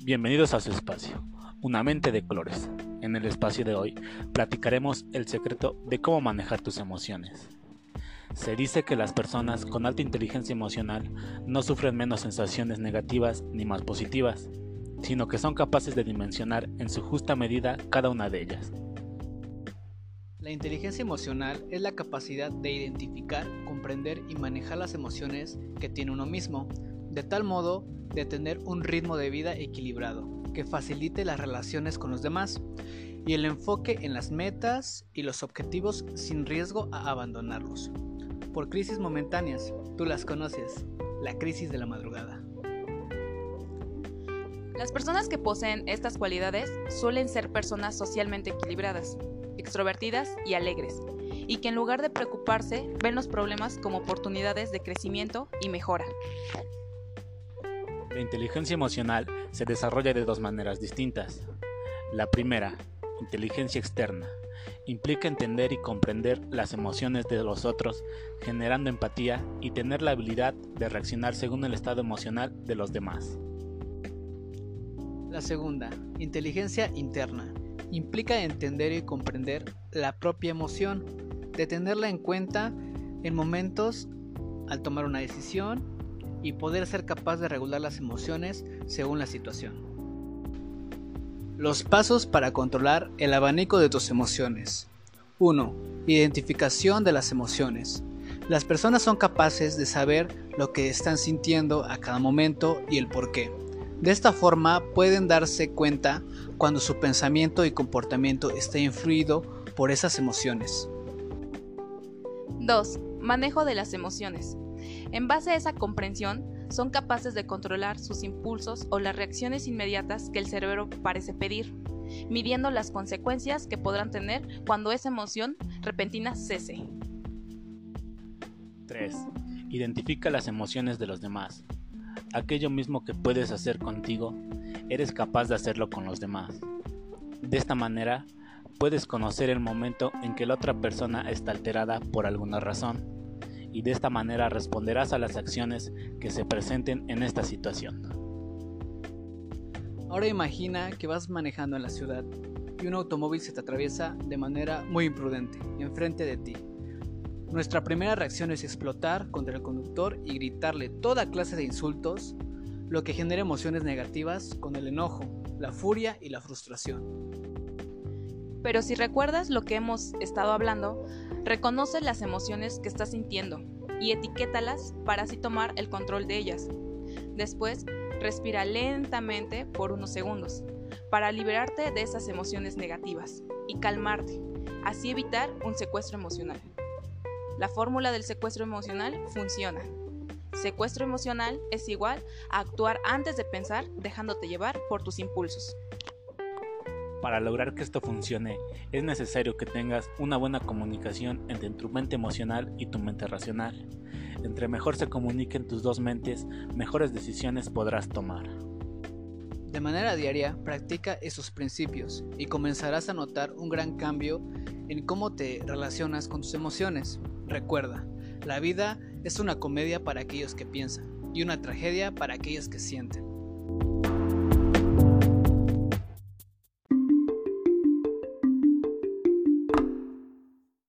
Bienvenidos a su espacio, Una mente de colores. En el espacio de hoy platicaremos el secreto de cómo manejar tus emociones. Se dice que las personas con alta inteligencia emocional no sufren menos sensaciones negativas ni más positivas, sino que son capaces de dimensionar en su justa medida cada una de ellas. La inteligencia emocional es la capacidad de identificar, comprender y manejar las emociones que tiene uno mismo, de tal modo de tener un ritmo de vida equilibrado, que facilite las relaciones con los demás, y el enfoque en las metas y los objetivos sin riesgo a abandonarlos. Por crisis momentáneas, tú las conoces, la crisis de la madrugada. Las personas que poseen estas cualidades suelen ser personas socialmente equilibradas, extrovertidas y alegres, y que en lugar de preocuparse ven los problemas como oportunidades de crecimiento y mejora. La inteligencia emocional se desarrolla de dos maneras distintas. La primera, inteligencia externa, implica entender y comprender las emociones de los otros, generando empatía y tener la habilidad de reaccionar según el estado emocional de los demás. La segunda, inteligencia interna, implica entender y comprender la propia emoción, de tenerla en cuenta en momentos al tomar una decisión y poder ser capaz de regular las emociones según la situación. Los pasos para controlar el abanico de tus emociones. 1. Identificación de las emociones. Las personas son capaces de saber lo que están sintiendo a cada momento y el por qué. De esta forma pueden darse cuenta cuando su pensamiento y comportamiento está influido por esas emociones. 2. Manejo de las emociones. En base a esa comprensión, son capaces de controlar sus impulsos o las reacciones inmediatas que el cerebro parece pedir, midiendo las consecuencias que podrán tener cuando esa emoción repentina cese. 3. Identifica las emociones de los demás. Aquello mismo que puedes hacer contigo, eres capaz de hacerlo con los demás. De esta manera, puedes conocer el momento en que la otra persona está alterada por alguna razón, y de esta manera responderás a las acciones que se presenten en esta situación. Ahora imagina que vas manejando en la ciudad y un automóvil se te atraviesa de manera muy imprudente enfrente de ti. Nuestra primera reacción es explotar contra el conductor y gritarle toda clase de insultos, lo que genera emociones negativas con el enojo, la furia y la frustración. Pero si recuerdas lo que hemos estado hablando, reconoce las emociones que estás sintiendo y etiquétalas para así tomar el control de ellas. Después, respira lentamente por unos segundos para liberarte de esas emociones negativas y calmarte, así evitar un secuestro emocional. La fórmula del secuestro emocional funciona. Secuestro emocional es igual a actuar antes de pensar, dejándote llevar por tus impulsos. Para lograr que esto funcione, es necesario que tengas una buena comunicación entre tu mente emocional y tu mente racional. Entre mejor se comuniquen tus dos mentes, mejores decisiones podrás tomar. De manera diaria, practica esos principios y comenzarás a notar un gran cambio en cómo te relacionas con tus emociones. Recuerda, la vida es una comedia para aquellos que piensan y una tragedia para aquellos que sienten.